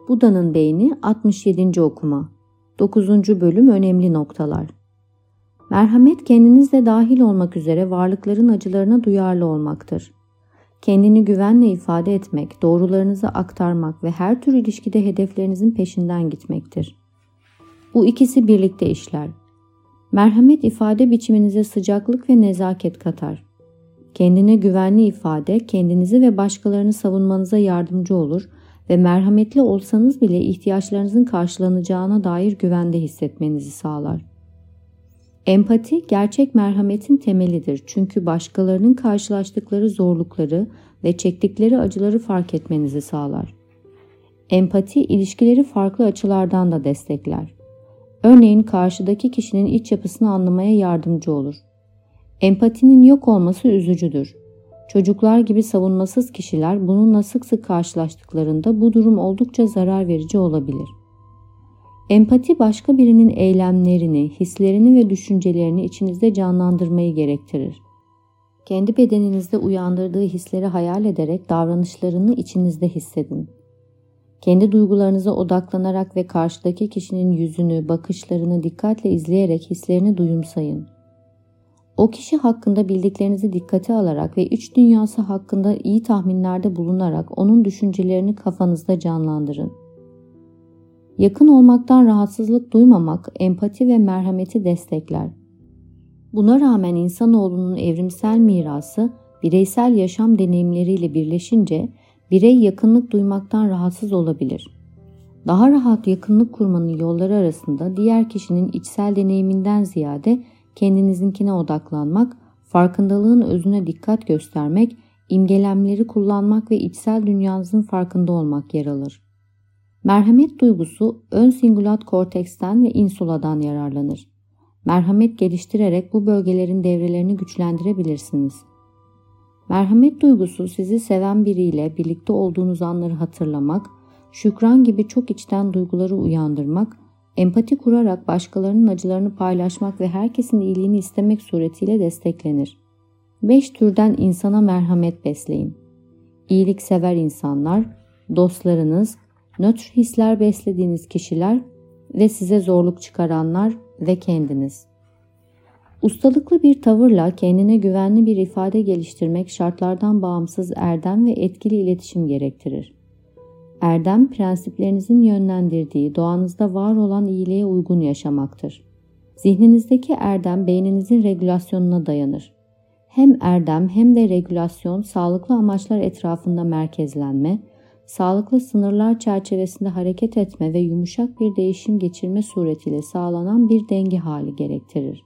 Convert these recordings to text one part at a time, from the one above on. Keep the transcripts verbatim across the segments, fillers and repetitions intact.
Buda'nın Beyni altmış yedinci okuma. dokuzuncu bölüm önemli noktalar. Merhamet kendinizle dahil olmak üzere varlıkların acılarına duyarlı olmaktır. Kendini güvenle ifade etmek, doğrularınızı aktarmak ve her tür ilişkide hedeflerinizin peşinden gitmektir. Bu ikisi birlikte işler. Merhamet ifade biçiminize sıcaklık ve nezaket katar. Kendine güvenli ifade, kendinizi ve başkalarını savunmanıza yardımcı olur ve merhametli olsanız bile ihtiyaçlarınızın karşılanacağına dair güvende hissetmenizi sağlar. Empati, gerçek merhametin temelidir çünkü başkalarının karşılaştıkları zorlukları ve çektikleri acıları fark etmenizi sağlar. Empati, ilişkileri farklı açılardan da destekler. Örneğin karşıdaki kişinin iç yapısını anlamaya yardımcı olur. Empatinin yok olması üzücüdür. Çocuklar gibi savunmasız kişiler bununla sık sık karşılaştıklarında bu durum oldukça zarar verici olabilir. Empati başka birinin eylemlerini, hislerini ve düşüncelerini içinizde canlandırmayı gerektirir. Kendi bedeninizde uyandırdığı hisleri hayal ederek davranışlarını içinizde hissedin. Kendi duygularınıza odaklanarak ve karşıdaki kişinin yüzünü, bakışlarını dikkatle izleyerek hislerini duyumsayın. O kişi hakkında bildiklerinizi dikkate alarak ve iç dünyası hakkında iyi tahminlerde bulunarak onun düşüncelerini kafanızda canlandırın. Yakın olmaktan rahatsızlık duymamak, empati ve merhameti destekler. Buna rağmen insanoğlunun evrimsel mirası, bireysel yaşam deneyimleriyle birleşince birey yakınlık duymaktan rahatsız olabilir. Daha rahat yakınlık kurmanın yolları arasında diğer kişinin içsel deneyiminden ziyade kendinizinkine odaklanmak, farkındalığın özüne dikkat göstermek, imgelemleri kullanmak ve içsel dünyanızın farkında olmak yer alır. Merhamet duygusu ön singulat korteksten ve insuladan yararlanır. Merhamet geliştirerek bu bölgelerin devrelerini güçlendirebilirsiniz. Merhamet duygusu sizi seven biriyle birlikte olduğunuz anları hatırlamak, şükran gibi çok içten duyguları uyandırmak, empati kurarak başkalarının acılarını paylaşmak ve herkesin iyiliğini istemek suretiyle desteklenir. Beş türden insana merhamet besleyin. İyiliksever insanlar, dostlarınız, nötr hisler beslediğiniz kişiler ve size zorluk çıkaranlar ve kendiniz. Ustalıklı bir tavırla kendine güvenli bir ifade geliştirmek şartlardan bağımsız erdem ve etkili iletişim gerektirir. Erdem, prensiplerinizin yönlendirdiği, doğanızda var olan iyiliğe uygun yaşamaktır. Zihninizdeki erdem, beyninizin regülasyonuna dayanır. Hem erdem hem de regülasyon, sağlıklı amaçlar etrafında merkezlenme, sağlıklı sınırlar çerçevesinde hareket etme ve yumuşak bir değişim geçirme suretiyle sağlanan bir denge hali gerektirir.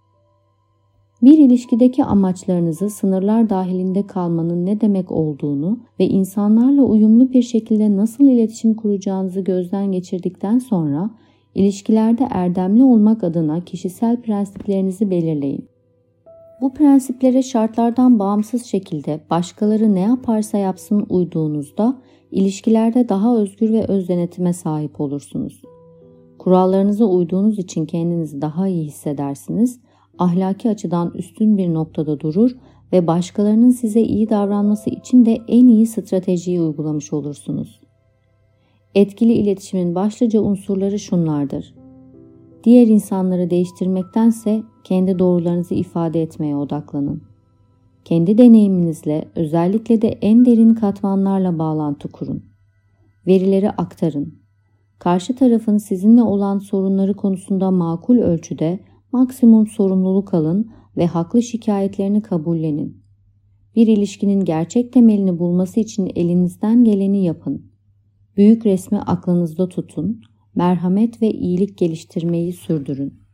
Bir ilişkideki amaçlarınızı sınırlar dahilinde kalmanın ne demek olduğunu ve insanlarla uyumlu bir şekilde nasıl iletişim kuracağınızı gözden geçirdikten sonra ilişkilerde erdemli olmak adına kişisel prensiplerinizi belirleyin. Bu prensiplere şartlardan bağımsız şekilde başkaları ne yaparsa yapsın uyduğunuzda ilişkilerde daha özgür ve öz denetime sahip olursunuz. Kurallarınıza uyduğunuz için kendinizi daha iyi hissedersiniz, ahlaki açıdan üstün bir noktada durur ve başkalarının size iyi davranması için de en iyi stratejiyi uygulamış olursunuz. Etkili iletişimin başlıca unsurları şunlardır. Diğer insanları değiştirmektense kendi doğrularınızı ifade etmeye odaklanın. Kendi deneyiminizle, özellikle de en derin katmanlarla bağlantı kurun. Verileri aktarın. Karşı tarafın sizinle olan sorunları konusunda makul ölçüde maksimum sorumluluk alın ve haklı şikayetlerini kabullenin. Bir ilişkinin gerçek temelini bulması için elinizden geleni yapın. Büyük resmi aklınızda tutun, merhamet ve iyilik geliştirmeyi sürdürün.